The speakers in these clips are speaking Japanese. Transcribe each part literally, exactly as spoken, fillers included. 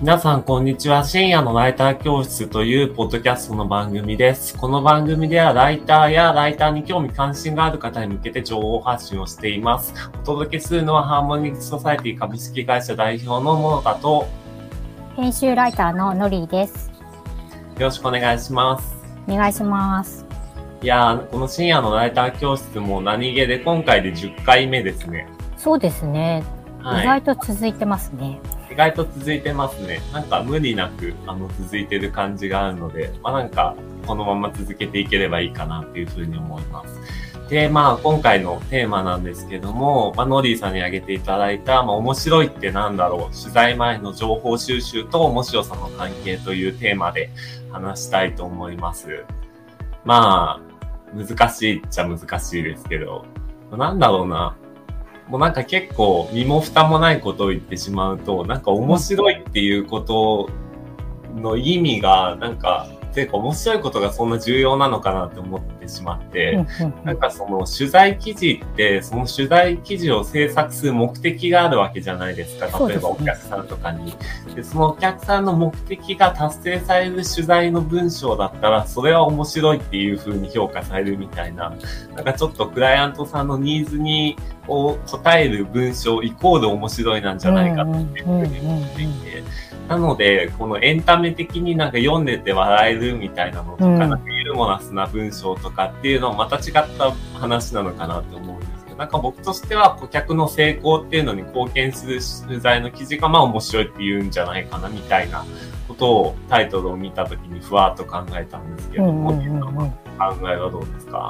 皆さん、こんにちは。深夜のライター教室というポッドキャストの番組です。この番組では、ライターやライターに興味関心がある方に向けて情報発信をしています。お届けするのは、ハーモニックソサエティ株式会社代表のモノタと、 編集ライターのノリーです。 よろしくお願いします。 お願いします。 いやー、この深夜のライター教室も何気で今回でじゅっかいめですね。 そうですね。はい、意外と続いてますね。 意外と続いてますね。なんか無理なくあの続いてる感じがあるので、まあなんかこのまま続けていければいいかなっていうふうに思います。で、まあ今回のテーマなんですけども、まあノリーさんに挙げていただいた、まあ面白いってなんだろう、取材前の情報収集と面白さの関係というテーマで話したいと思います。まあ、難しいっちゃ難しいですけど、なんだろうな。もうなんか結構身も蓋もないことを言ってしまうと、なんか面白いっていうことの意味が、なんか、ていうか面白いことがそんな重要なのかなって思ってしまって、なんかその取材記事って、その取材記事を制作する目的があるわけじゃないですか。例えばお客さんとかに。で、そのお客さんの目的が達成される取材の文章だったら、それは面白いっていう風に評価されるみたいな、なんかちょっとクライアントさんのニーズにを答える文章イコール面白いなんじゃないかっていう風に思っていて、なので、このエンタメ的になんか読んでて笑えるみたいなのとか、うん、なんかユーモラスな文章とかっていうのはまた違った話なのかなと思うんですけど、なんか僕としては顧客の成功っていうのに貢献する取材の記事がまあ面白いって言うんじゃないかなみたいなことをタイトルを見たときにふわっと考えたんですけども、うんうんうんうん、考えはどうですか？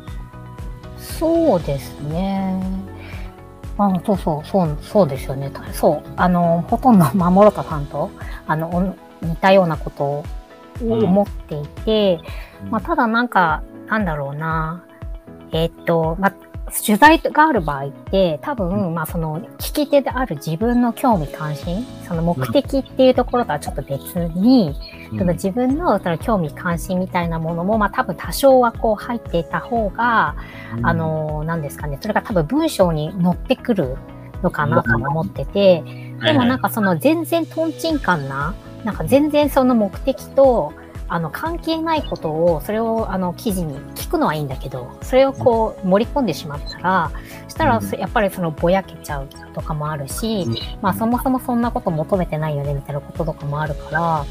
そうですね。あ、そうそう、そう、そうですよね。そう。あの、ほとんど、まあ、諸田さんと、あの、似たようなことを思っていて、うん、まあ、ただなんか、なんだろうな。えー、っと、まあ、取材がある場合って、多分、まあ、その、聞き手である自分の興味関心、その目的っていうところとはちょっと別に、うん、その自分のその興味関心みたいなものも、まあ、多分多少はこう入っていた方が、うん、あの、なんですかね、それが多分文章に乗ってくるのかなと思ってて、でもなんかその全然トンチンカンな、なんか全然その目的と、あの、関係ないことを、それを、あの、記事に聞くのはいいんだけど、それをこう、盛り込んでしまったら、したら、やっぱりその、ぼやけちゃうとかもあるし、まあ、そもそもそんなこと求めてないよね、みたいなこととかもあるから、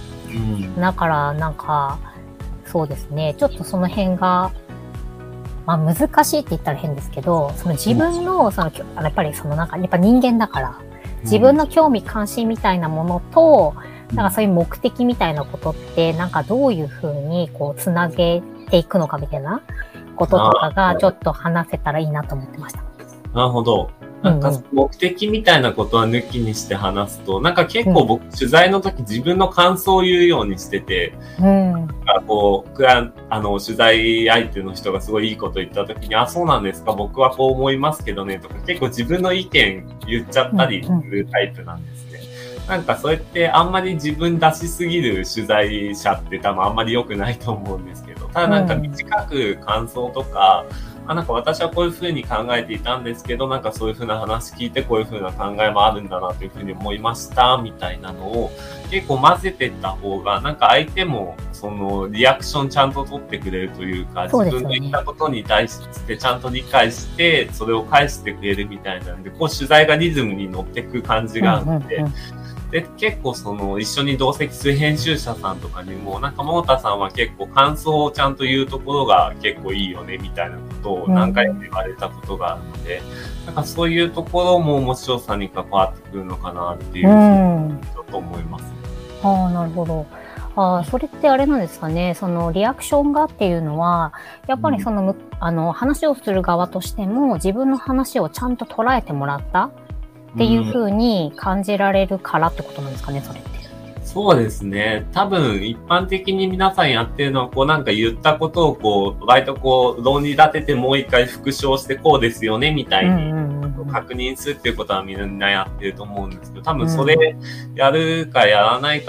だから、なんか、そうですね、ちょっとその辺が、まあ、難しいって言ったら変ですけど、その自分の、その、やっぱりその、なんか、やっぱ人間だから、自分の興味関心みたいなものと、なんかそういう目的みたいなことって、なんかどういうふうにこうつなげていくのかみたいなこととかがちょっと話せたらいいなと思ってました。 なるほど。なんか目的みたいなことは抜きにして話すと、うん、なんか結構僕、うん、取材の時自分の感想を言うようにしてて、うん、なんかこう、あの、取材相手の人がすごいいいこと言った時に、あ、そうなんですか、僕はこう思いますけどね、とか結構自分の意見言っちゃったりするタイプなんですね。うんうん、なんかそうやってあんまり自分出しすぎる取材者って多分あんまり良くないと思うんですけど、ただなんか短く感想とか、あ、なんか私はこういうふうに考えていたんですけど、なんかそういうふうな話聞いてこういうふうな考えもあるんだなというふうに思いましたみたいなのを結構混ぜていった方が、なんか相手もそのリアクションちゃんと取ってくれるというか、自分の言ったことに対してちゃんと理解してそれを返してくれるみたいなんで、こう取材がリズムに乗っていく感じがあって、うんうんうん、で、結構その一緒に同席する編集者さんとかにも、なんかモータさんは結構感想をちゃんと言うところが結構いいよねみたいなことを何回も言われたことがあるので、うん、なんかそういうところも面白さに関わってくるのかなっていうふうにちょっと思います。 うん、ああ、なるほど。ああ、それってあれなんですかね。そのリアクションがっていうのは、やっぱりその、うん、あの話をする側としても自分の話をちゃんと捉えてもらったっていう風に感じられるからってことなんですかね、それって。 そうですね。多分一般的に皆さんやってるのは、こうなんか言ったことをこう、割とこう、論理立ててもう一回復唱してこうですよね、みたいに確認するっていうことはみんなやってると思うんですけど、多分それやるかやらないかによっ 、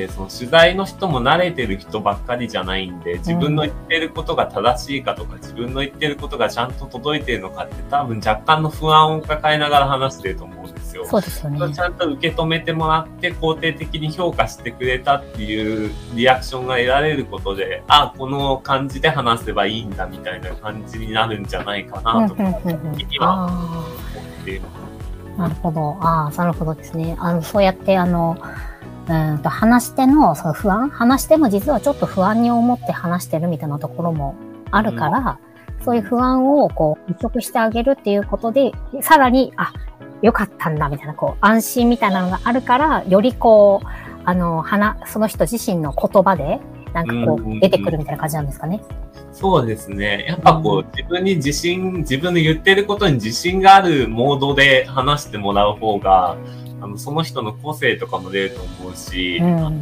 その取材の人も慣れてる人ばっかりじゃないんで、自分の言ってることが正しいかとか、自分の言ってることがちゃんと届いてるのかって多分若干の不安を抱えながら話してると思うんですよ。 そうですよね。 ちゃんと受け止めてもらって肯定的に評価してくれたっていうリアクションが得られることで、あ、この感じで話せばいいんだみたいな感じになるんじゃないかなと思っています。 なるほど。ああ、なるほどですね。あの、そうやって、あの、うんと、話し手の、その不安話し手も実はちょっと不安に思って話してるみたいなところもあるから、うん、そういう不安を、こう、払拭してあげるっていうことで、さらに、あ、よかったんだ、みたいな、こう、安心みたいなのがあるから、よりこう、あの、話、その人自身の言葉で、なんかこう、出てくるみたいな感じなんですかね。 そうですね。やっぱこう、自分に自信、自分の言ってることに自信があるモードで話してもらう方が、あの、その人の個性とかも出ると思うし、うん、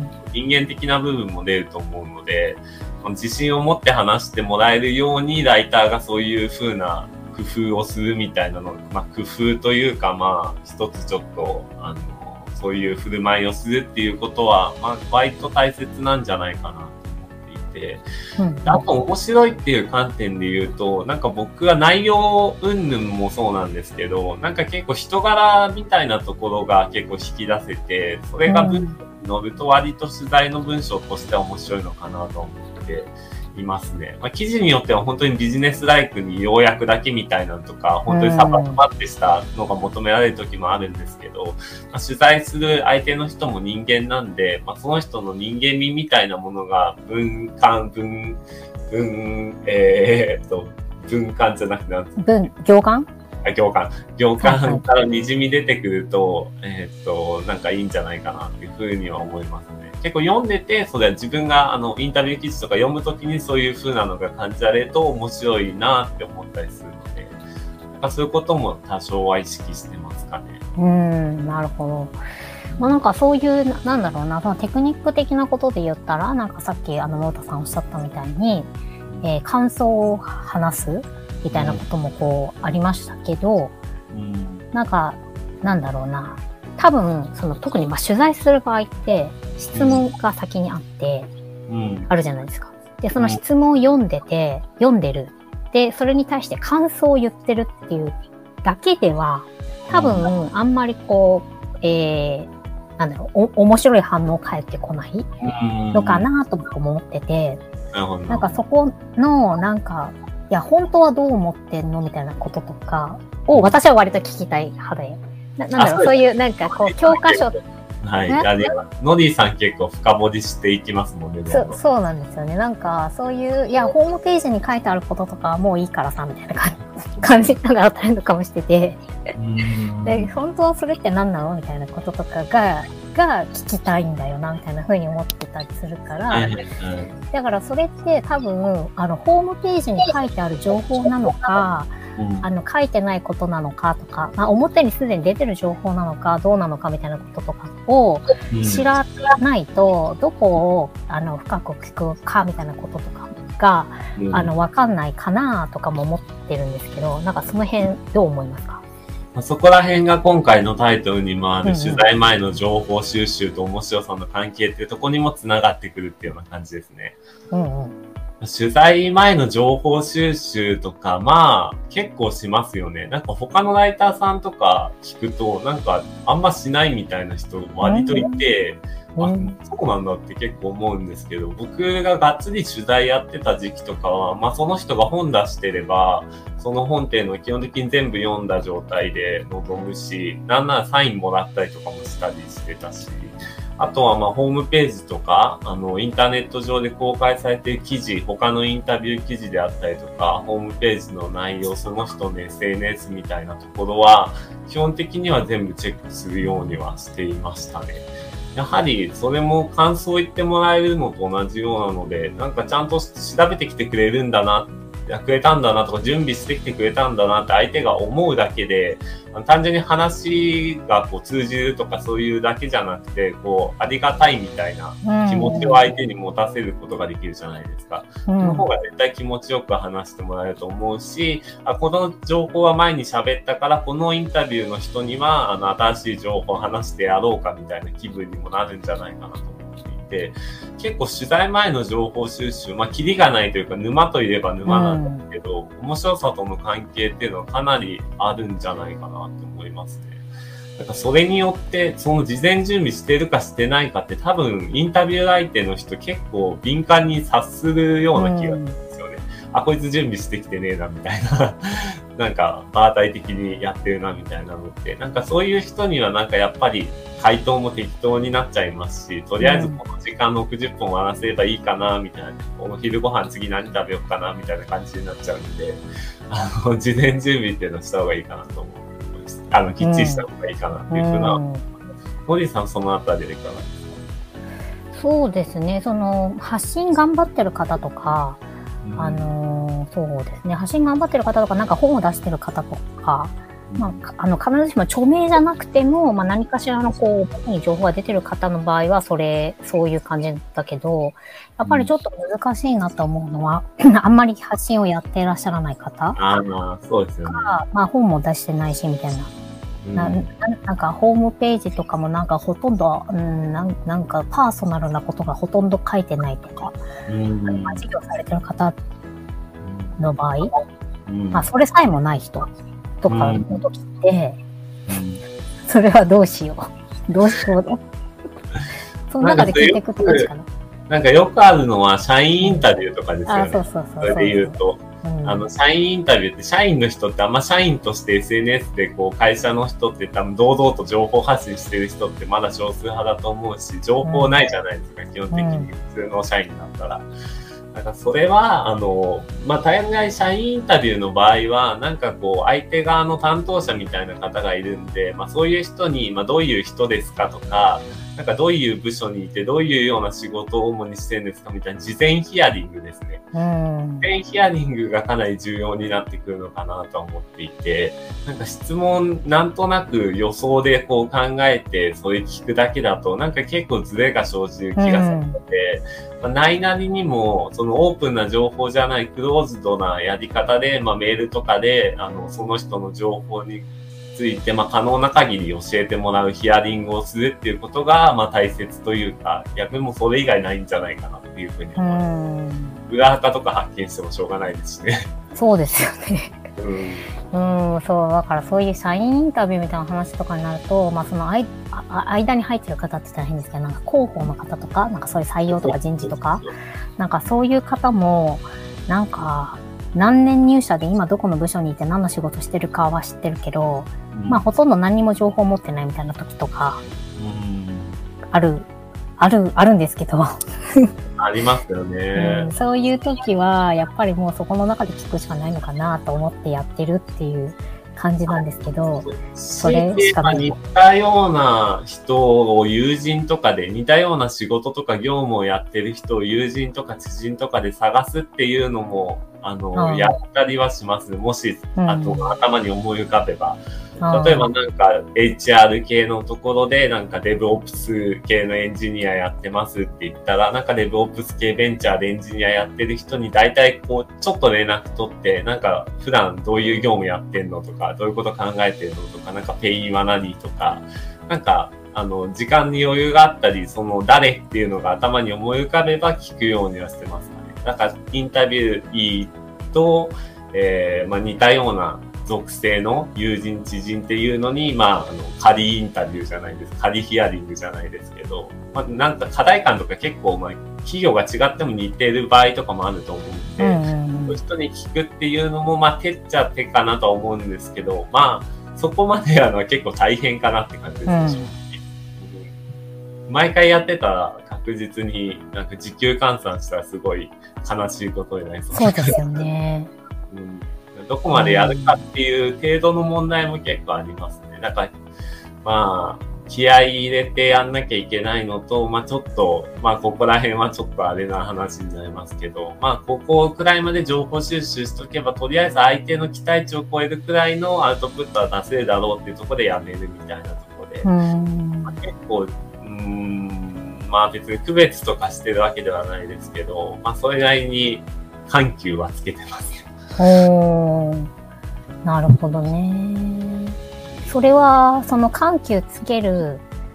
人間的な部分も出ると思うので、自信を持って話してもらえるように、ライターがそういう風な工夫をするみたいなの、まあ、工夫というか、まあ、一つちょっと、あの、そういう振る舞いをするっていうことは、まあ、割と大切なんじゃないかな。うん、あと面白いっていう観点で言うと、なんか僕は内容云々もそうなんですけど、なんか結構人柄みたいなところが結構引き出せて、それが文章に載ると割と取材の文章としては面白いのかなと思っていますね。まあ、記事によっては本当にビジネスライクに要約だけみたいなのとか、本当にサバサバってしたのが求められる時もあるんですけど、まあ、取材する相手の人も人間なんで、まあ、その人の人間味みたいなものが文感、文、文、えー、っと、文感じゃなくてなんですか？ 文、行間？ あ、行間。行間から滲み出てくると、えー、っと、なんかいいんじゃないかなっていうふうには思いますね。結構読んでて、それは自分があのインタビュー記事とか読むときにそういう風なのが感じられると面白いなって思ったりするので、なんかそういうことも多少は意識してますかね。 うーん、なるほど。まあなんかそういう、なんだろうな、そのテクニック的なことで言ったら、なんかさっきあの、ノータさんおっしゃったみたいに、えー、感想を話すみたいなこともこうありましたけど、うん、なんか、なんだろうな、多分、その特にまあ取材する場合って、質問が先にあって、うん、あるじゃないですか。で、その質問を読んでて、読んでる。で、それに対して感想を言ってるっていうだけでは、多分、あんまりこう、えー、なんだろう、お、面白い反応返ってこないのかなと僕も思ってて、なんかそこの、なんか、いや、本当はどう思ってんのみたいなこととかを、私は割と聞きたい派で。な, なんだろう、そういうなんかこう教科書はい、あれノディさん結構深掘りしていきますもんね。 そそうなんですよね。なんかそういういやホームページに書いてあることとかはもういいからさみたいな感じなんかあったりとかもしてて、で本当はそれって何なのみたいなこととかがが聞きたいんだよなみたいな風に思ってたりするから、だからそれって多分あのホームページに書いてある情報なのか。うん、あの書いてないことなのかとか、まあ、表にすでに出てる情報なのかどうなのかみたいなこととかを知らないと、うん、どこをあの深く聞くかみたいなこととかが、うん、あの分かんないかなとかも思ってるんですけど、なんかその辺どう思いますか？ そこら辺が今回のタイトルにもある取材前の情報収集と面白さの関係っていうところにもつながってくるっていうような感じですね。うんうん、取材前の情報収集とか、まあ、結構しますよね。なんか他のライターさんとか聞くと、なんかあんましないみたいな人割といて、あ、そうなんだって結構思うんですけど、僕ががっつり取材やってた時期とかは、まあその人が本出してれば、その本っていうのを基本的に全部読んだ状態で臨むし、なんならサインもらったりとかもしたりしてたし、あとはまあホームページとか、あの、インターネット上で公開されている記事、他のインタビュー記事であったりとか、ホームページの内容、その人の エスエヌエス みたいなところは、基本的には全部チェックするようにはしていましたね。やはり、それも感想を言ってもらえるのと同じようなので、なんかちゃんと調べてきてくれるんだな、くれたんだなとか、準備してきてくれたんだなって相手が思うだけで、単純に話がこう通じるとかそういうだけじゃなくて、こう、ありがたいみたいな気持ちを相手に持たせることができるじゃないですか。うん、その方が絶対気持ちよく話してもらえると思うし、あ、この情報は前に喋ったから、このインタビューの人には、あの、新しい情報を話してやろうかみたいな気分にもなるんじゃないかなと思ってい 、結構取材前の情報収集、まあ、キリがないというか、沼といえば沼なんですけど、うん、面白さとの関係っていうのはかなりあるんじゃないかなと思いますね。なんかそれによって、その事前準備してるかしてないかって多分インタビュー相手の人結構敏感に察するような気がするんですよね。うん、あ、こいつ準備してきてねえなみたいな。なんか場当たり的にやってるなみたいなのって、なんかそういう人にはなんかやっぱり回答も適当になっちゃいますし、とりあえずこの時間ろくじゅっぷん終わらせればいいかなみたいな、この昼ご飯次何食べようかなみたいな感じになっちゃうんで、あの、事前準備っていうのをした方がいいかなと思う。あの、きっちりした方がいいかなっていうふうな、モディさんそのあたりでいかがですか？ そうですね、その、発信頑張ってる方とか、うん、あの、そうですね、発信頑張ってる方とか、なんか本を出してる方とか、うん、まあ、あの、必ずしも著名じゃなくても、まあ、何かしらのこう、に情報が出てる方の場合は、それ、そういう感じだけど、やっぱりちょっと難しいなと思うのは、うん、あんまり発信をやっていらっしゃらない方。 ああ、まあ、そうですよね。 まあ、本も出してないし、みたいな。な, なんかホームページとかもなんかほとんど、うん、な, んなんかパーソナルなことがほとんど書いてないとか、うん、事業されてる方の場合、うん、まあそれさえもない人とかの時って、うん、それはどうしようどうしようその中で聞いていくって感じかな。 なんかよくあるのは社員インタビューとかですよね。 うん、あ、そうそうそう。 それで言うと。うん、あの、社員インタビューって、社員の人ってあんま社員として エスエヌエス でこう、会社の人って多分堂々と情報発信してる人ってまだ少数派だと思うし、情報ないじゃないですか、うん、基本的に普通の社員だったら。なんかそれは、あの、まあ、大概社員インタビューの場合は、なんかこう、相手側の担当者みたいな方がいるんで、まあ、そういう人に、まあ、どういう人ですかとか、なんかどういう部署にいてどういうような仕事を主にしてるんですかみたいな事前ヒアリングですね。うん、事前ヒアリングがかなり重要になってくるのかなと思っていて、なんか質問なんとなく予想でこう考えてそれ聞くだけだとなんか結構ズレが生じる気がするので、うん、まあ、ないなりにもそのオープンな情報じゃないクローズドなやり方で、まあ、メールとかであのその人の情報について、まあ、可能な限り教えてもらうヒアリングをするっていうことが、まあ、大切というか、逆にもうそれ以外ないんじゃないかなっていうふうに思います。裏垢とか発見してもしょうがないですしね。 そうですよね。うん、うん、そう、だからそういう社員インタビューみたいな話とかになると、まあその間、間に入ってる方って言ったら変ですけど、なんか広報の方とか、なんかそういう採用とか人事とか、なんかそういう方も、なんか、何年入社で今どこの部署にいて何の仕事してるかは知ってるけど、うん、まあほとんど何にも情報持ってないみたいな時とか、うん、ある、ある、あるんですけど。 ありますよね、 うん。そういう時は、やっぱりもうそこの中で聞くしかないのかなと思ってやってるっていう感じなんですけど、 それしかない。似たような人を友人とかで、似たような仕事とか業務をやってる人を友人とか知人とかで探すっていうのも、あの、うん、やったりはします。もし、あと、うん、頭に思い浮かべば。例えばなんか エイチアール 系のところでなんか DevOps 系のエンジニアやってますって言ったら、なんか DevOps 系ベンチャーでエンジニアやってる人に大体こうちょっと連絡取って、なんか普段どういう業務やってんのとか、どういうこと考えてんのとか、なんかペインは何とか、なんかあの時間に余裕があったり、その誰っていうのが頭に思い浮かべば聞くようにはしてますかね。なんかインタビューと、えー、まあ似たような属性の友人知人っていうのに、まあ、あの、仮インタビューじゃないです。仮ヒアリングじゃないですけど、まあ、なんか課題感とか結構、まあ、企業が違っても似てる場合とかもあると思うんで、うんうんうん、そういう人に聞くっていうのも、まあ、手っちゃ手かなとは思うんですけど、まあ、そこまでやるのは結構大変かなって感じです、ねうん、毎回やってたら確実になんか時給換算したらすごい悲しいことになりそうです。 そうですよね。 うんどこまでやるかっていう程度の問題も結構ありますね。だから、まあ、気合い入れてやんなきゃいけないのと、まあちょっと、まあここら辺はちょっとあれな話になりますけど、まあここくらいまで情報収集しとけば、とりあえず相手の期待値を超えるくらいのアウトプットは出せるだろうっていうところでやめるみたいなところで、まあ、結構、うーん、まあ別に区別とかしてるわけではないですけど、まあそれなりに緩急はつけてますね。 おー、なるほどね。それは、その緩急つける、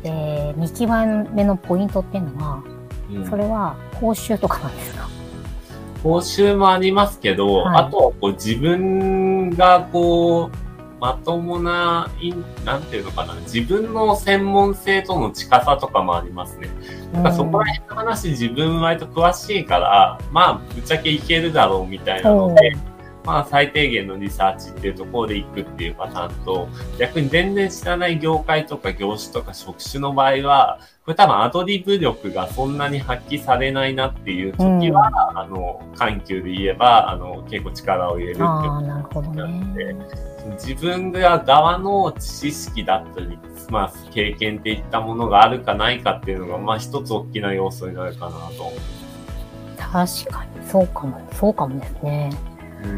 で、見極めのポイントっていうのは、 うん、 それは報酬とかなんですか？ 報酬もありますけど、はい、あとはこう自分がこう、まともな、なんていうのかな、自分の専門性との近さとかもありますね。だからそこら辺の話自分割と詳しいから、まあ、ぶっちゃけいけるだろうみたいなので、まあ、最低限のリサーチっていうところで行くっていうパターンと、逆に全然知らない業界とか業種とか職種の場合は、これ多分アドリブ力がそんなに発揮されないなっていう時は、うん、あの、緩急で言えば、あの、結構力を入れるっていうことなので、自分が側の知識だったり、まあ、経験っていったものがあるかないかっていうのが、まあ、一つ大きな要素になるかなと思います。確かに、そうかも、そうかもですね。 うん。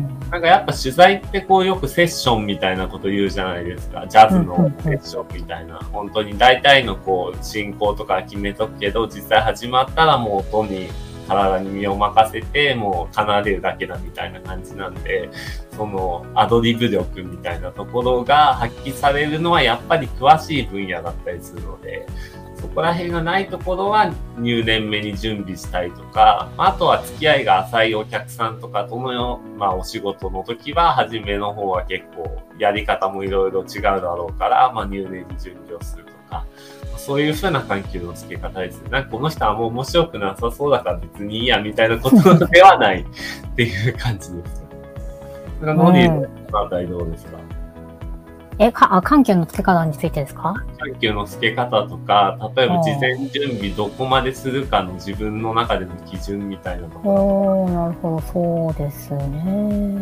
なんかやっぱ取材ってこうよくセッションみたいなこと言うじゃないですか。ジャズのセッションみたいな。本当に大体のこう進行とか決めとくけど、実際始まったらもう音に体に身を任せて、もう奏でるだけだみたいな感じなんで、そのアドリブ力みたいなところが発揮されるのはやっぱり詳しい分野だったりするので、そこら辺がないところは入念めに準備したりとか、あとは付き合いが浅いお客さんとかとの、まあお仕事の時は、初めの方は結構やり方もいろいろ違うだろうから、まあ入念に準備をするとか、そういう風な緩急の付け方ですね。なんかこの人はもう面白くなさそうだから別にいいやみたいなことではないっていう感じです。それがノディのあたりどうですか？ え、か、あ、緩急の付け方についてですか？ 緩急の付け方とか、例えば事前準備どこまでするかの自分の中での基準みたいなところ。 おー、なるほど、そうですね。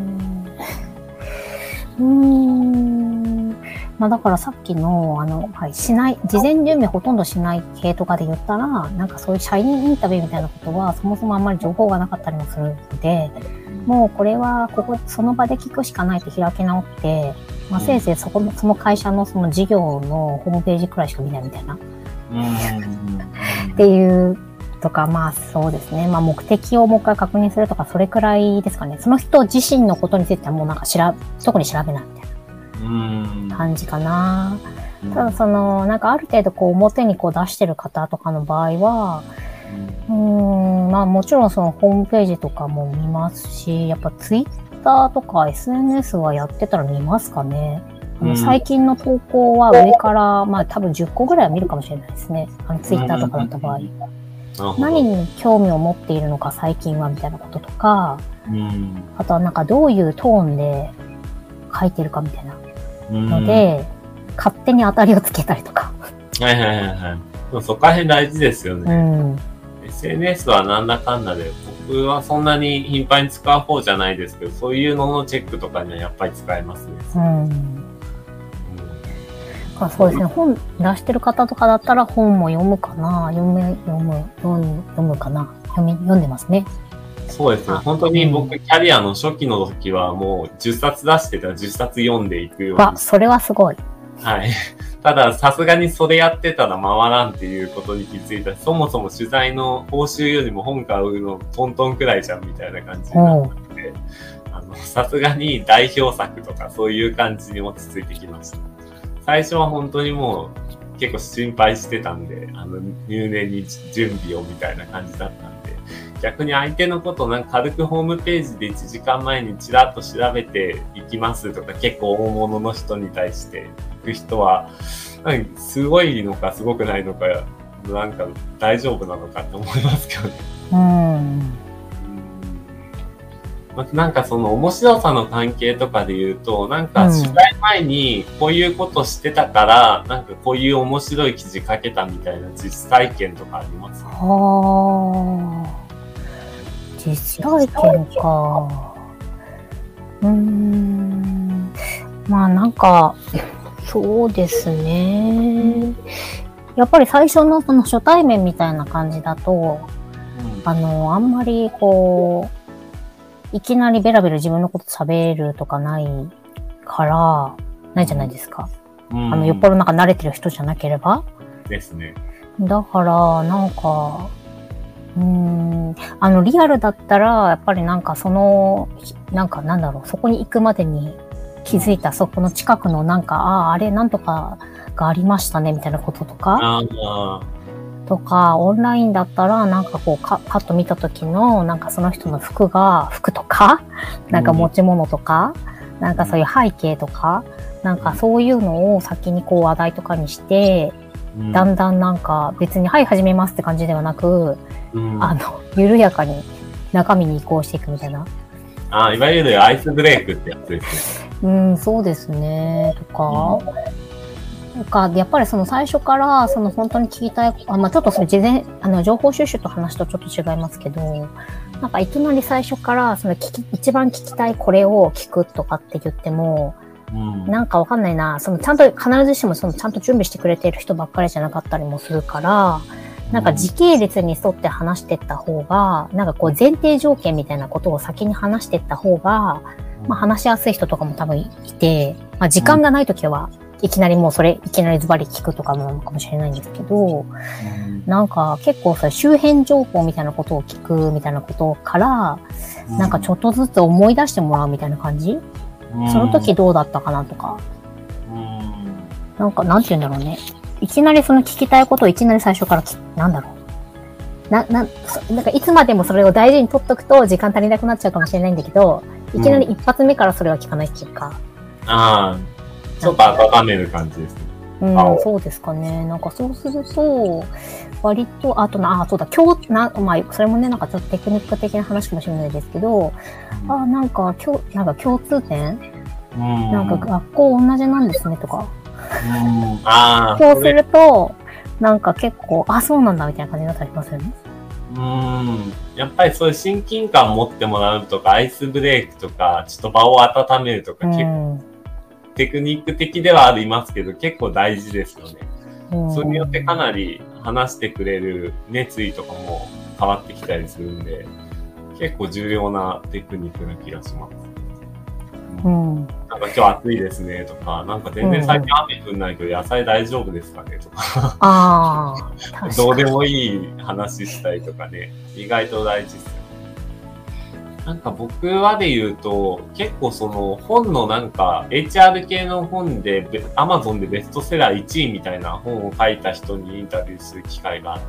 うーん。まあだからさっきの、あの、はい、しない、事前準備ほとんどしない系とかで言ったら、なんかそういう社員インタビューみたいなことは、そもそもあんまり情報がなかったりもするので、もうこれは、ここ、その場で聞くしかないと開き直って、まあ、せいぜいそこの、その会社のその事業のホームページくらいしか見ないみたいな。っていうとか、まあそうですね。まあ目的をもう一回確認するとか、それくらいですかね。その人自身のことについてはもうなんか調べ、特に調べないみたいな感じかな。ただその、なんかある程度こう表にこう出してる方とかの場合は、うーん、まあもちろんそのホームページとかも見ますし、やっぱツイッターとか エスエヌエス はやってたら見ますかね。あの最近の投稿は上から、まあ多分じゅっこぐらいは見るかもしれないですね。あのツイッターとかだった場合。何に興味を持っているのか最近はみたいなこととか、あとはなんかどういうトーンで書いてるかみたいなので、勝手に当たりをつけたりとか。 はいはいはいはい。そこら辺大事ですよね。 うん、 エスエヌエス はなんだかんだで、僕はそんなに頻繁に使う方じゃないですけど、そういうののチェックとかにはやっぱり使えますね。 うん。うん、あ、そうですね。本出してる方とかだったら本も読むかな、読む、読む、読む、読むかな、読み、読んでますね。 そうですね。本当に僕、キャリアの初期の時はもうじゅっさつ出してたらじゅっさつ読んでいくように。 わ、それはすごい。 はい。ただ、さすがにそれやってたら回らんっていうことに気づいた。そもそも取材の報酬よりも本買うのトントンくらいじゃんみたいな感じになって、あの、さすがに代表作とかそういう感じに落ち着いてきました。最初は本当にもう結構心配してたんで、あの、入念に準備をみたいな感じだったんで、逆に相手のことなんか軽くホームページでいちじかんまえにちらっと調べていきますとか、結構大物の人に対して行く人は、なんかすごいのかすごくないのか、なんか大丈夫なのかって思いますけどね。 うん。 なんかその面白さの関係とかで言うと、なんか取材前にこういうことしてたから、うん、なんかこういう面白い記事書けたみたいな実体験とかありますか？ はあ。実体験か。うーん。まあなんか、そうですね。やっぱり最初のその初対面みたいな感じだと、うん、あの、あんまりこう、いきなりベラベラ自分のこと喋るとかないから、ないじゃないですか。うん、あの、よっぽどなんか慣れてる人じゃなければ。 ですね。 だから、なんか、うーん、あの、リアルだったら、やっぱりなんかその、なんかなんだろう、そこに行くまでに気づいた、そこの近くのなんか、ああ、あれなんとかがありましたねみたいなこととか、 ああ。 とか、オンラインだったら、なんかこう、かパッと見た時の、なんかその人の服が、服とか、なんか持ち物とか、うん、なんかそういう背景とか、なんかそういうのを先にこう話題とかにして、うん、だんだんなんか別に、はい、始めますって感じではなく、うん、あの、緩やかに中身に移行していくみたいな。 ああ、いわゆるアイスブレイクってやつですね。 うん、そうですね。とか、うん、とか、やっぱりその最初から、その本当に聞きたい、あ、まあちょっとそれ事前、あの、情報収集と話とちょっと違いますけど、なんかいきなり最初から、その聞き、一番聞きたいこれを聞くとかって言っても、うん、なんかわかんないな、そのちゃんと、必ずしもそのちゃんと準備してくれている人ばっかりじゃなかったりもするから、なんか時系列に沿って話していった方が、なんかこう前提条件みたいなことを先に話していった方が、まあ話しやすい人とかも多分いて、まあ時間がないときはいきなりもうそれ、いきなりズバリ聞くとかもなのかもしれないんですけど、なんか結構それ周辺情報みたいなことを聞くみたいなことから、なんかちょっとずつ思い出してもらうみたいな感じ？その時どうだったかなとか。なんかなんて言うんだろうね。いきなりその聞きたいことをいきなり最初からき、なんだろう。な、な、なんかいつまでもそれを大事に取っとくと時間足りなくなっちゃうかもしれないんだけど、いきなり一発目からそれは聞かないっていうか。 うん、ああ、ちょっと温める感じですね。 うん、そうですかね。なんかそうすると、割と、あとな、あ、そうだ、共、な、まあ、それもね、なんかちょっとテクニック的な話かもしれないですけど、うん、あ、なんか、共、なんか共通点、うん、なんか学校同じなんですねとか。 うん、あそうすると、なんか結構、あ、そうなんだみたいな感じになったりしますよね。 うん。やっぱりそういう親近感持ってもらうとか、アイスブレイクとか、ちょっと場を温めるとか、結構、テクニック的ではありますけど、結構大事ですよね。うん、それによってかなり話してくれる熱意とかも変わってきたりするんで、結構重要なテクニックな気がします。うん、なんか今日暑いですねとか、なんか全然最近雨降んないけど野菜大丈夫ですかねとか、 あどうでもいい話したりとかね、意外と大事ですよね。なんか僕はで言うと、結構その本のなんか エイチアール 系の本で Amazon でベストセラーいちいみたいな本を書いた人にインタビューする機会があって、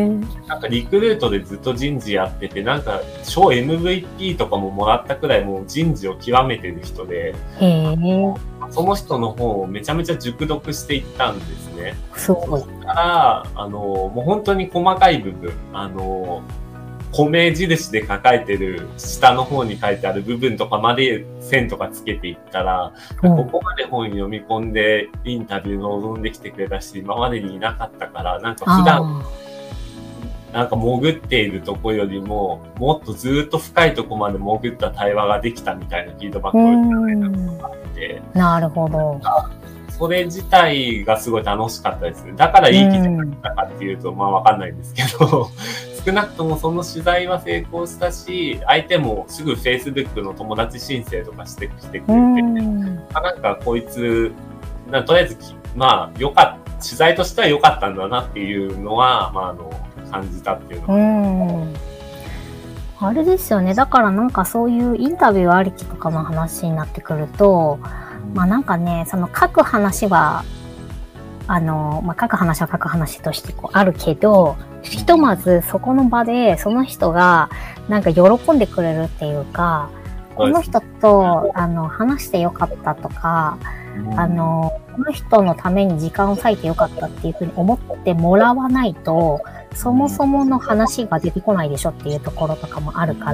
なんかリクルートでずっと人事やってて、なんか小 エムブイピー とかももらったくらいもう人事を極めてる人で、その人の本をめちゃめちゃ熟読していったんですね。 すごい。 そしたら、あの、もう本当に細かい部分、あの、米印で書かれてる下の方に書いてある部分とかまで線とかつけていったら、うん、ここまで本読み込んでインタビュー臨んできてくれたし、今までにいなかったから、なんか普段、なんか潜っているとこよりも、もっとずっと深いとこまで潜った対話ができたみたいなフィードバックをいただいたことがあって、 なるほど。 それ自体がすごい楽しかったですね。だからいい記事になったかっていうと、まあわかんないんですけど、少なくともその取材は成功したし、相手もすぐ Facebook の友達申請とかしてきてくれて、なんかこいつ、なとりあえず、まあよかった、取材としては良かったんだなっていうのは、まああの、感じたっていうのは。 うんあれですよね。だからなんかそういうインタビューありきとかの話になってくると、まあなんかね、その書く話は、あの、まあ書く話は書く話としてこうあるけど、ひとまずそこの場でその人がなんか喜んでくれるっていうか、この人とあの話してよかったとか、あの、この人のために時間を割いてよかったっていうふうに思ってもらわないと、そもそもの話が出てこないでしょっていうところとかもあるから、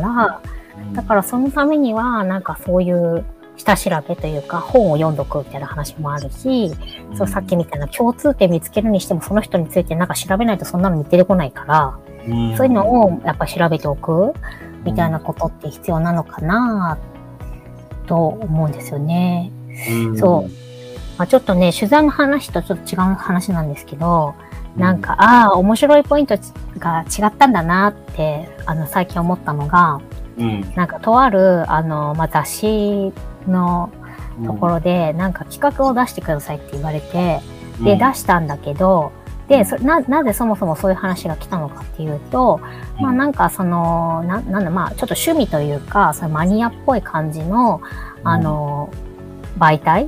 だからそのためにはなんかそういう下調べというか本を読んどくみたいな話もあるし、そうさっきみたいな共通点見つけるにしてもその人についてなんか調べないとそんなの見て出てこないから、そういうのをやっぱ調べておくみたいなことって必要なのかなと思うんですよね。そう。まあ、ちょっとね、取材の話とちょっと違う話なんですけど、なんか、ああ、面白いポイントが違ったんだなって、あの、最近思ったのが、うん、なんか、とある、あの、まあ、雑誌のところで、うん、なんか企画を出してくださいって言われて、で、うん、出したんだけど、で、そな、なぜそもそもそういう話が来たのかっていうと、まあなんかその、な、なんだ、まあちょっと趣味というか、そのマニアっぽい感じの、あの、媒体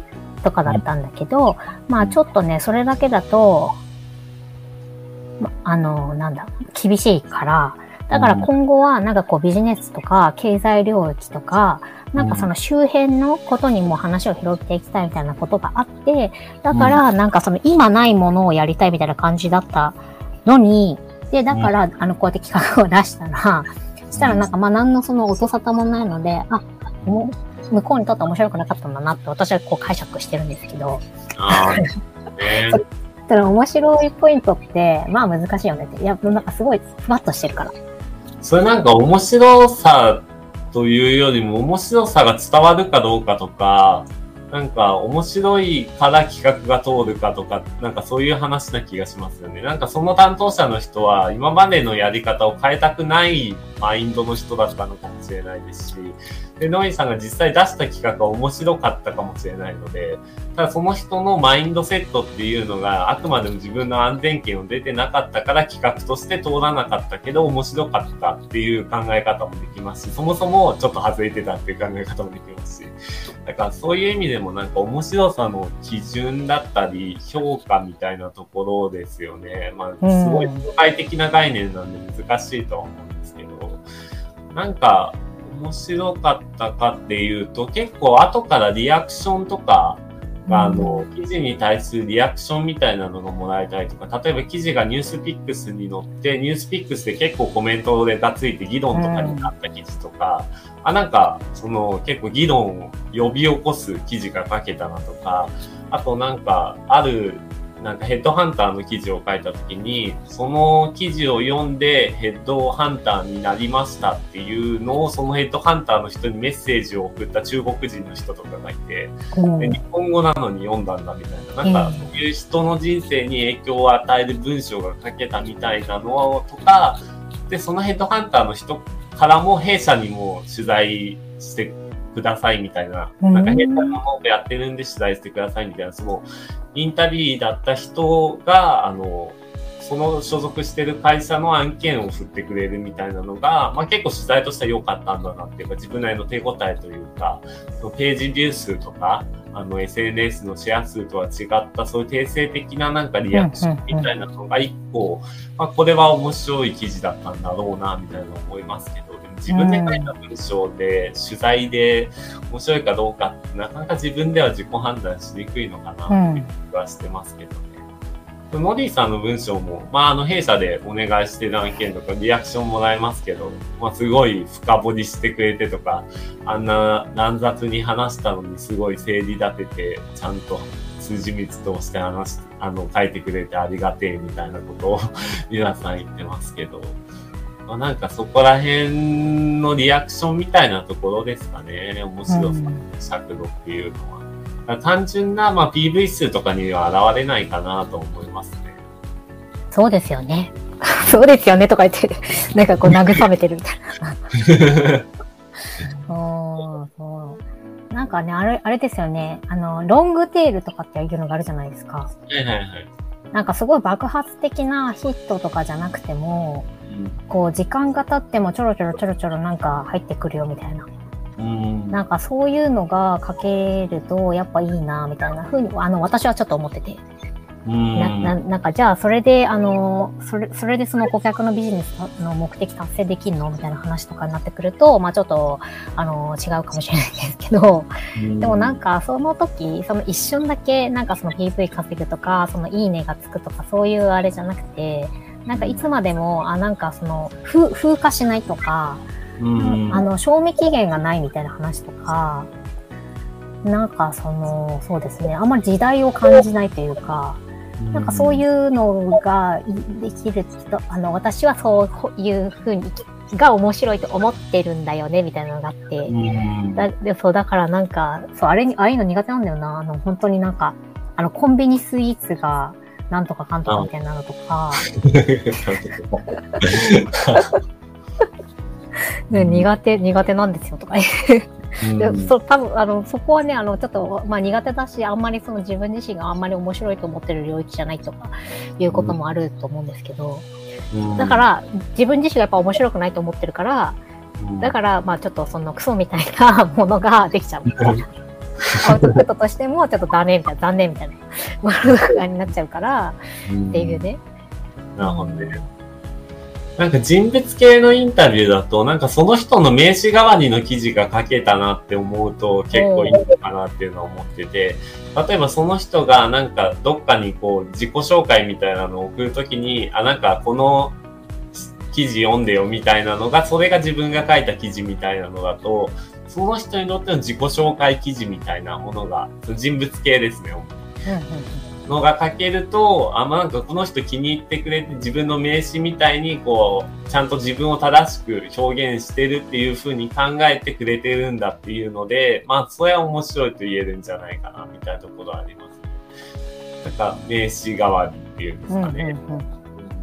とかだったんだけど、まあちょっとね、それだけだと、ま、あの、なんだ、厳しいから、だから今後はなんかこうビジネスとか経済領域とか、なんかその周辺のことにも話を広げていきたいみたいなことがあって、だからなんかその今ないものをやりたいみたいな感じだったのに、で、だからあのこうやって企画を出したら、そしたらなんかまあ何のその音沙汰もないので、あ、もう向こうにとって面白くなかったんだなって私はこう解釈してるんですけど。 ああ、ね。 ただ面白いポイントって、まあ難しいよねって。いや、なんかすごいふわっとしてるから。 それなんか面白さというよりも面白さが伝わるかどうかとか、なんか面白いから企画が通るかとか、なんかそういう話な気がしますよね。なんかその担当者の人は今までのやり方を変えたくないマインドの人だったのかもしれないですし、で、ノイさんが実際出した企画が面白かったかもしれないので、ただその人のマインドセットっていうのがあくまでも自分の安全圏を出てなかったから企画として通らなかったけど面白かったっていう考え方もできますし、そもそもちょっと外れてたっていう考え方もできますし、だからそういう意味でもなんか面白さの基準だったり評価みたいなところですよね。まあすごい具体的な概念なんで難しいとは思うんですけど、なんか面白かったかっていうと結構後からリアクションとかあの、記事に対するリアクションみたいなのがもらえたりとか、例えば記事がニュースピックスに載って、ニュースピックスで結構コメントがついて議論とかになった記事とか、あ、なんか、その結構議論を呼び起こす記事が書けたなとか、あとなんか、ある、なんかヘッドハンターの記事を書いたときに、その記事を読んでヘッドハンターになりましたっていうのを、そのヘッドハンターの人にメッセージを送った中国人の人とかがいて、で日本語なのに読んだんだみたいな、なんかそういう人の人生に影響を与える文章が書けたみたいなのとか、で、そのヘッドハンターの人からも弊社にも取材してくださいみたいな、なんか弊社の方でやってるんで取材してくださいみたいな、そのインタビューだった人が、あの、その所属してる会社の案件を振ってくれるみたいなのが、まあ結構取材としては良かったんだなっていうか、自分なりの手応えというか、そのページビュー数とか、あの エスエヌエス のシェア数とは違った、そういう定性的ななんかリアクションみたいなのが一個、まあこれは面白い記事だったんだろうな、みたいな思いますけど、でも自分で書いた文章で、取材で面白いかどうかって、なかなか自分では自己判断しにくいのかな、っていう気はしてますけどね。ノディさんの文章も、まあ、あの、弊社でお願いしてる案件とかリアクションもらえますけど、まあ、すごい深掘りしてくれてとか、あんな乱雑に話したのにすごい整理立てて、ちゃんと数字密通して話して、あの、書いてくれてありがてえみたいなことを皆さん言ってますけど、まあ、なんかそこら辺のリアクションみたいなところですかね、面白さ、尺度っていうのは。単純な、まあ、ピーブイ 数とかには現れないかなと思いますね。 そうですよね。そうですよねとか言って、なんかこう慰めてるみたいな。そうそう。なんかね、あれ、あれですよね。あの、ロングテールとかっていうのがあるじゃないですか。 はいはいはい。 なんかすごい爆発的なヒットとかじゃなくても、うん、こう時間が経ってもちょろちょろちょろちょろなんか入ってくるよみたいな。うん、なんかそういうのが書けるとやっぱいいなみたいな風にあの私はちょっと思ってて、うん、な, な, なんかじゃあそれであのそれそれでその顧客のビジネスの目的達成できるのみたいな話とかになってくるとまあちょっとあの違うかもしれないですけど、うん、でもなんかその時その一瞬だけなんかその ピーブイ 稼ぐとかそのいいねがつくとかそういうあれじゃなくてなんかいつまでもあなんかその風風化しないとか。うん、あの賞味期限がないみたいな話とかなんかそのそうですねあんまり時代を感じないというか、うん、なんかそういうのができる人あの私はそういう風にが面白いと思ってるんだよねみたいなのがあって、うん、だでそうだからなんかそうあれにああいうの苦手なんだよなあの本当になんかあのコンビニスイーツがなんとかかんとかみたいなのとか。ね、苦手、苦手なんですよとか言う。そ、多分、あの、そこはね、あの、ちょっと、まあ苦手だし、あんまりその自分自身があんまり面白いと思ってる領域じゃないとか、いうこともあると思うんですけど、だから、自分自身がやっぱ面白くないと思ってるから、だから、まあちょっとそのクソみたいなものができちゃうみたいな。 アウトプットとしてもちょっとダメみたいな、残念みたいな、ものとかになっちゃうから、っていうね。 なるほどね。なんか人物系のインタビューだと、なんかその人の名刺代わりの記事が書けたなって思うと結構いいのかなっていうのは思ってて、例えばその人がなんかどっかにこう自己紹介みたいなのを送るときに、あ、なんかこの記事読んでよみたいなのが、それが自分が書いた記事みたいなのだと、その人にとっての自己紹介記事みたいなものが、人物系ですね。のが書けると、あ、まあ、なんかこの人気に入ってくれて自分の名刺みたいにこう、ちゃんと自分を正しく表現してるっていう風に考えてくれてるんだっていうので、まあ、それは面白いと言えるんじゃないかな、みたいなところはありますね。なんか名刺代わりっていうんですかね。うんうんうん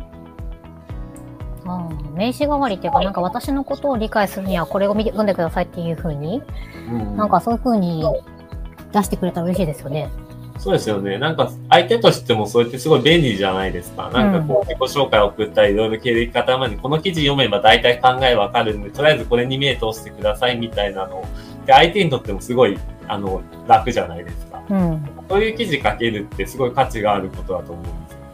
あ名刺代わりっていうか、なんか私のことを理解するにはこれを見て読んでくださいっていう風に、うん、なんかそういう風に出してくれたら嬉しいですよね。 そうですよね。なんか相手としてもそれってすごい便利じゃないですか。なんかこう自己紹介を送ったりいろいろ経歴方までこの記事読めば大体考えわかるんで、とりあえずこれに目通してくださいみたいなので相手にとってもすごいあの楽じゃないですか。うん、そういう記事書けるってすごい価値があることだと思うんですよ。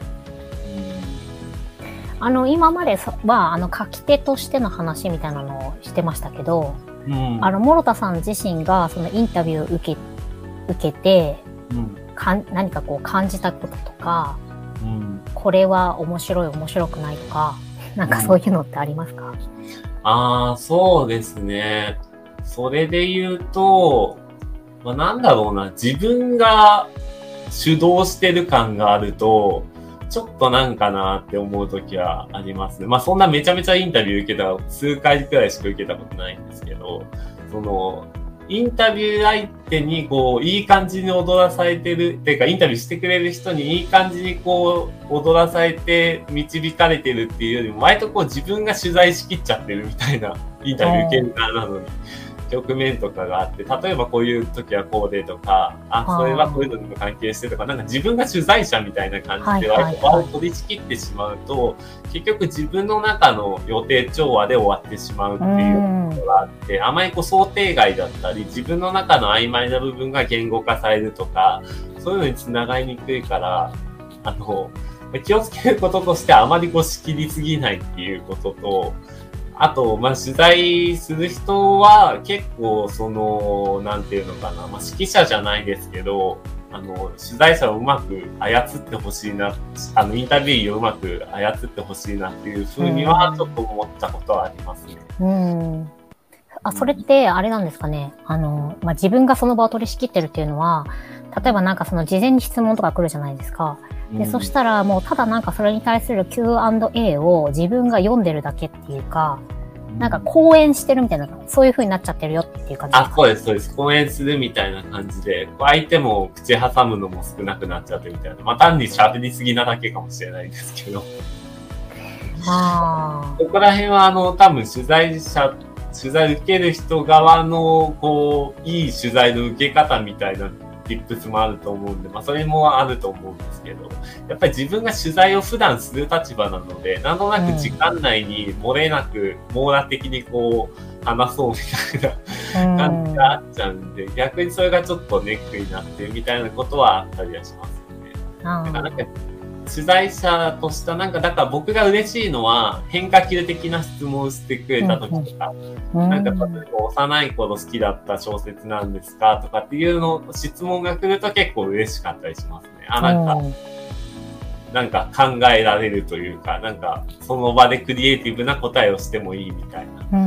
あの今まではあの書き手としての話みたいなのをしてましたけど、うん、あの諸田さん自身がそのインタビューを受け受けて、うん、かん何かこう感じたこととか、うん、これは面白い面白くないとか、なんかそういうのってありますか？うん、 ああ、そうですね。それで言うと、まあ、なんだろうな、自分が主導してる感があると。ちょっとなんかなって思うときはありますね。まあそんなめちゃめちゃインタビュー受けた数回くらいしか受けたことないんですけど、その、インタビュー相手にこう、いい感じに踊らされてる、っていうかインタビューしてくれる人にいい感じにこう、踊らされて導かれてるっていうよりも、割とこう自分が取材しきっちゃってるみたいなインタビュー受ける側なのに。局面とかがあって、例えばこういう時はこうでとか、あ、それはこういうのにも関係してとか、なんか自分が取材者みたいな感じで割と取り仕切ってしまうと、結局自分の中の予定調和で終わってしまうっていうことがあって、あまりこう想定外だったり、自分の中の曖昧な部分が言語化されるとか、そういうのにつながりにくいから、あの、気をつけることとしてあまりこう仕切りすぎないっていうことと、あと、まあ、取材する人は結構、その、なんていうのかな、まあ、指揮者じゃないですけど、あの、取材者をうまく操ってほしいな、あの、インタビューをうまく操ってほしいなっていうふうには、ちょっと思ったことはありますね。 うん。あ、それって、あれなんですかね。あの、まあ、自分がその場を取り仕切ってるっていうのは、例えばなんかその事前に質問とか来るじゃないですか。で、うん、そしたらもうただなんかそれに対する キューアンドエー を自分が読んでるだけっていうか、なんか講演してるみたいな、そういう風になっちゃってるよっていう感じですか？ あ、そうです、そうです。講演するみたいな感じで、相手も口挟むのも少なくなっちゃってみたいな。まあ単に喋りすぎなだけかもしれないんですけど。 ああ。 ここら辺はあの、多分取材者、取材受ける人側の、こう、いい取材の受け方みたいなtipsもあると思うんで、まあそれもあると思うんですけど、やっぱり自分が取材を普段する立場なので、なんとなく時間内に漏れなく網羅的にこう話そうみたいな感じがあっちゃうんで、逆にそれがちょっとネックになってみたいなことはあったりはしますよね。だからなんか取材者としたなんか、だから僕が嬉しいのは変化球的な質問をしてくれた時とか、うんうん、なんか例えば幼い頃好きだった小説なんですかとかっていうの質問が来ると結構嬉しかったりしますね。あ、なんか、うん、なんか考えられるというか、なんかその場でクリエイティブな答えをしてもいいみたいな。うん、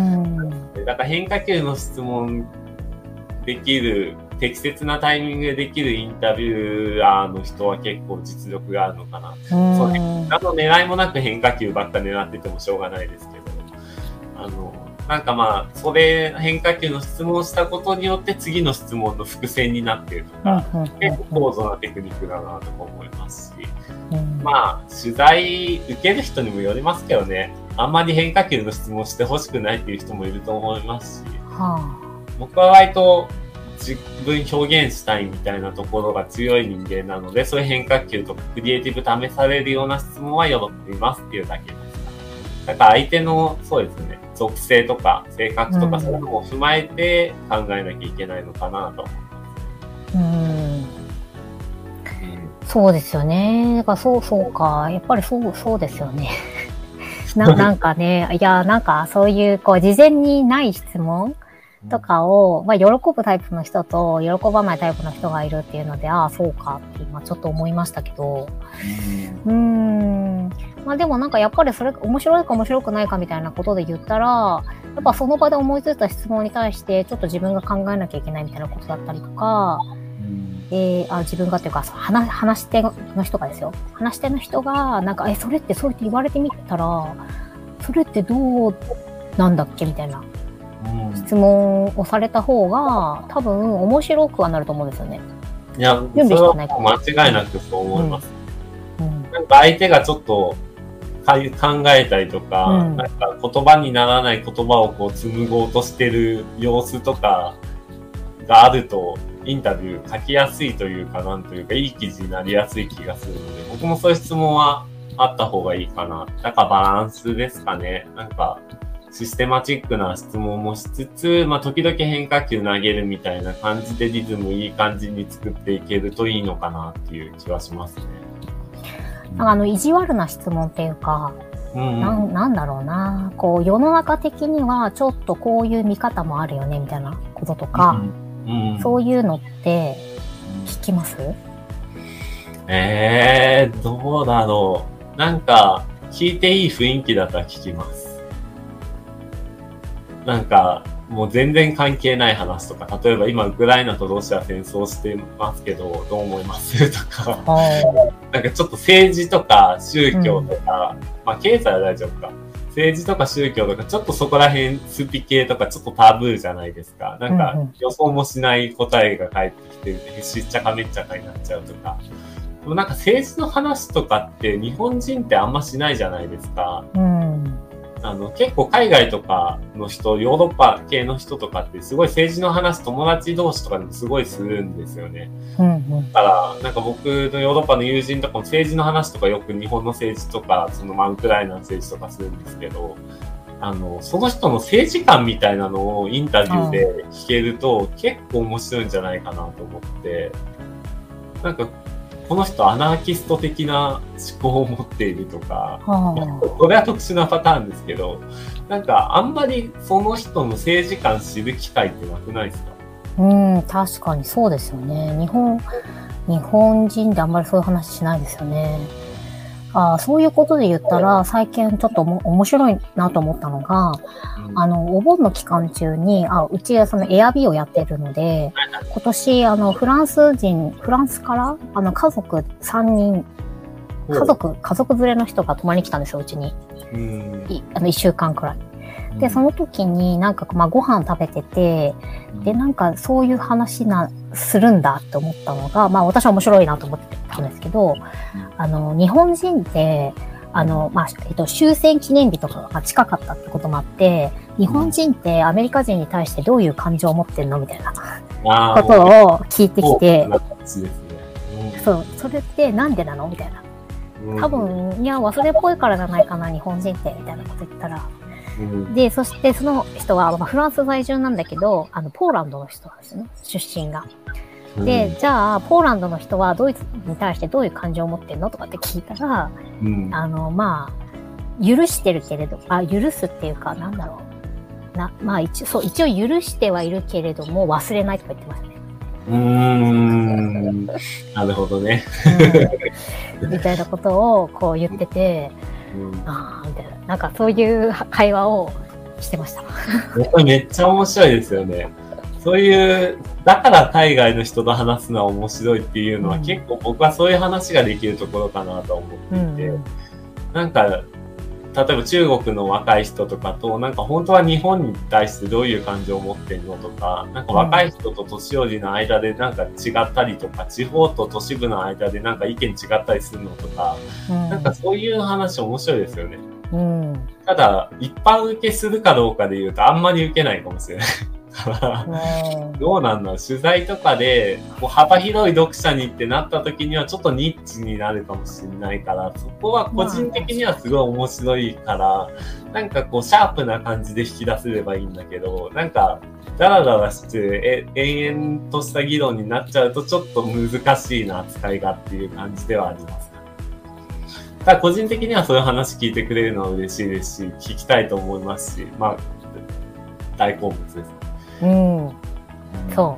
だから変化球の質問できる適切なタイミングでできるインタビュアーの人は結構実力があるのかな。そうね。あの狙いもなく変化球ばっか狙っててもしょうがないですけど、あの、なんかまあ、それ、変化球の質問をしたことによって次の質問の伏線になっているとか、結構高度なテクニックだなとか思いますし、まあ、取材受ける人にもよりますけどね、あんまり変化球の質問してほしくないっていう人もいると思いますし、僕は割と、自分表現したいみたいなところが強い人間なので、そういう変化球とかクリエイティブ試されるような質問は喜びますっていうだけです。だから相手の、そうですね、属性とか性格とかそういうのも踏まえて考えなきゃいけないのかなと思います。 うん。そうですよね。だからそうそうか。やっぱりそうそうですよね。ななんかね、いやなんかそういうこう事前にない質問とかを、まあ喜ぶタイプの人と喜ばないタイプの人がいるっていうので、ああそうかって今ちょっと思いましたけど。うーん。まあでもなんかやっぱりそれ面白いか面白くないかみたいなことで言ったら、やっぱその場で思いついた質問に対してちょっと自分が考えなきゃいけないみたいなことだったりとか。えー、あ自分がっていうか話、話し手の人がですよ。話し手の人が、なんか、え、それってそうって言われてみたら、それってどうなんだっけみたいな質問をされた方が、多分面白くはなると思うんですよね。 いや、それは間違いなくそう思います。うんうん、なんか相手がちょっと考えたりとか、うん、なんか言葉にならない言葉をこう紡ごうとしてる様子とかがあると、インタビュー書きやすいというかなんというかいい記事になりやすい気がするので、僕もそういう質問はあった方がいいかな。だからバランスですかね。なんかシステマチックな質問もしつつ、まあ時々変化球投げるみたいな感じでリズムいい感じに作っていけるといいのかなっていう気はしますね。 なんかあの意地悪な質問っていうか、うんうん、な, なんだろうな、こう世の中的にはちょっとこういう見方もあるよねみたいなこととか。うんうん、そういうのって聞きます？ えー、どうだろう。なんか聞いていい雰囲気だったら聞きます。なんかもう全然関係ない話とか、例えば今ウクライナとロシア戦争してますけどどう思いますとか、なんかちょっと政治とか宗教とか、うん、まあ経済は大丈夫か。政治とか宗教とかちょっとそこら辺スピ系とかちょっとタブーじゃないですか。なんか予想もしない答えが返ってきてしっちゃかめっちゃかになっちゃうとか。でもなんか政治の話とかって日本人ってあんましないじゃないですか。うん、あの結構海外とかの人、ヨーロッパ系の人とかってすごい政治の話友達同士とかでもすごいするんですよね。うんうん、だからなんか僕のヨーロッパの友人とかも政治の話とかよく日本の政治とかそのまあウクライナの政治とかするんですけど、あのその人の政治観みたいなのをインタビューで聞けると結構面白いんじゃないかなと思って、なんかこの人アナーキスト的な思考を持っているとか、これは特殊なパターンですけど、なんかあんまりその人の政治観知る機会ってなくないですか？ うん、確かにそうですよね。日本、日本人であんまりそういう話しないですよね。あそういうことで言ったら、最近ちょっとも面白いなと思ったのが、うん、あの、お盆の期間中に、あうちはそのエアビーをやってるので、今年、あの、フランス人、フランスから、あの、家族さんにん、家族、家族連れの人が泊まりに来たんですよ、うちに。うん、いあの、いっしゅうかんくらい。で、その時になんか、まあ、ご飯食べてて、で、なんかそういう話な、するんだって思ったのが、まあ私は面白いなと思ってたんですけど、あの、日本人って、あの、まあ、えっと、終戦記念日とかが近かったってこともあって、日本人ってアメリカ人に対してどういう感情を持ってるのみたいなことを聞いてきて、そう、それってなんでなのみたいな。多分、いや、忘れっぽいからじゃないかな、日本人って、みたいなこと言ったら、で、そしてその人は、まあ、フランス在住なんだけど、あの、ポーランドの人なんですよね、出身が。で、じゃあ、ポーランドの人はドイツに対してどういう感情を持ってんのとかって聞いたら、うん、あの、まあ、許してるけれど、あ、許すっていうか、なんだろう。な、まあ一応、そう、一応許してはいるけれども、忘れないとか言ってましたね。 うーん。なるほどね。 うん、みたいなことをこう言ってて、うん、ああ、みたいな。なんかそういう会話をしてました。 これめっちゃ面白いですよね。そういう、だから海外の人と話すのは面白いっていうのは、うん、結構僕はそういう話ができるところかなと思っていて、うん、なんか、例えば中国の若い人とかと、なんか本当は日本に対してどういう感情を持ってんのとか、なんか若い人と年寄りの間でなんか違ったりとか、地方と都市部の間でなんか意見違ったりするのとか、うん、なんかそういう話面白いですよね。うん、ただ、一般受けするかどうかで言うとあんまり受けないかもしれない。 から、どうなんだろう、取材とかでこう幅広い読者にってなった時にはちょっとニッチになるかもしれないから、そこは個人的にはすごい面白いから、なんかこうシャープな感じで引き出せればいいんだけど、なんかダラダラしてえ延々とした議論になっちゃうとちょっと難しいな扱いがっていう感じではあります。ただ個人的にはそういう話聞いてくれるのは嬉しいですし、聞きたいと思いますし、まあ、大好物です。 うん。うん、そう。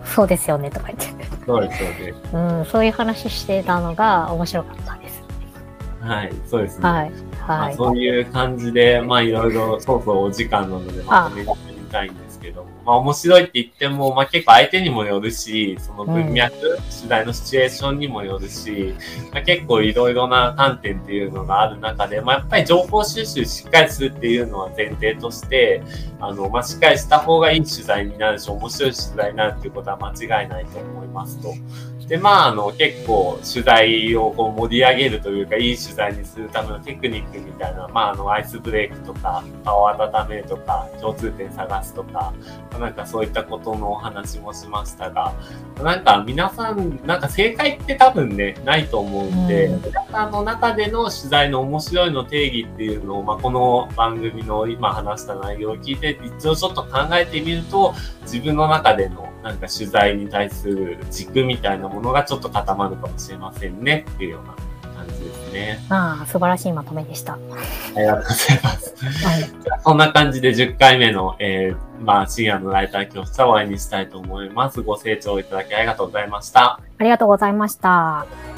そうですよね、とか言って。 そうですよね。 うん、そういう話してたのが面白かったです。 はい、そうですね。 はい。はい。 まあ、そういう感じで、まあいろいろ、そうそうお時間なのでまとめてみたいんですけど、まあ面白いって言っても、まあ結構相手にもよるし、その文脈、うん、取材のシチュエーションにもよるし、まあ、結構いろいろな観点っていうのがある中で、まあやっぱり情報収集しっかりするっていうのは前提として、あの、まあしっかりした方がいい取材になるし、面白い取材になるっていうことは間違いないと思いますと。で、まあ、あの、結構、取材をこう盛り上げるというか、いい取材にするためのテクニックみたいな、まあ、あの、アイスブレイクとか、場を温めるとか、共通点探すとか、なんかそういったことのお話もしましたが、なんか皆さん、なんか正解って多分ね、ないと思うんで、うん、皆さんの中での取材の面白いの定義っていうのを、まあ、この番組の今話した内容を聞いて、一応ちょっと考えてみると、自分の中でのなんか取材に対する軸みたいなものがちょっと固まるかもしれませんねっていうような感じですね。 ああ、素晴らしいまとめでした。 ありがとうございます。はい、じゃあそんな感じでじゅっかいめの、えー、まあ、深夜のライター教室は終わりにしたいと思います。ご清聴いただきありがとうございました。 ありがとうございました。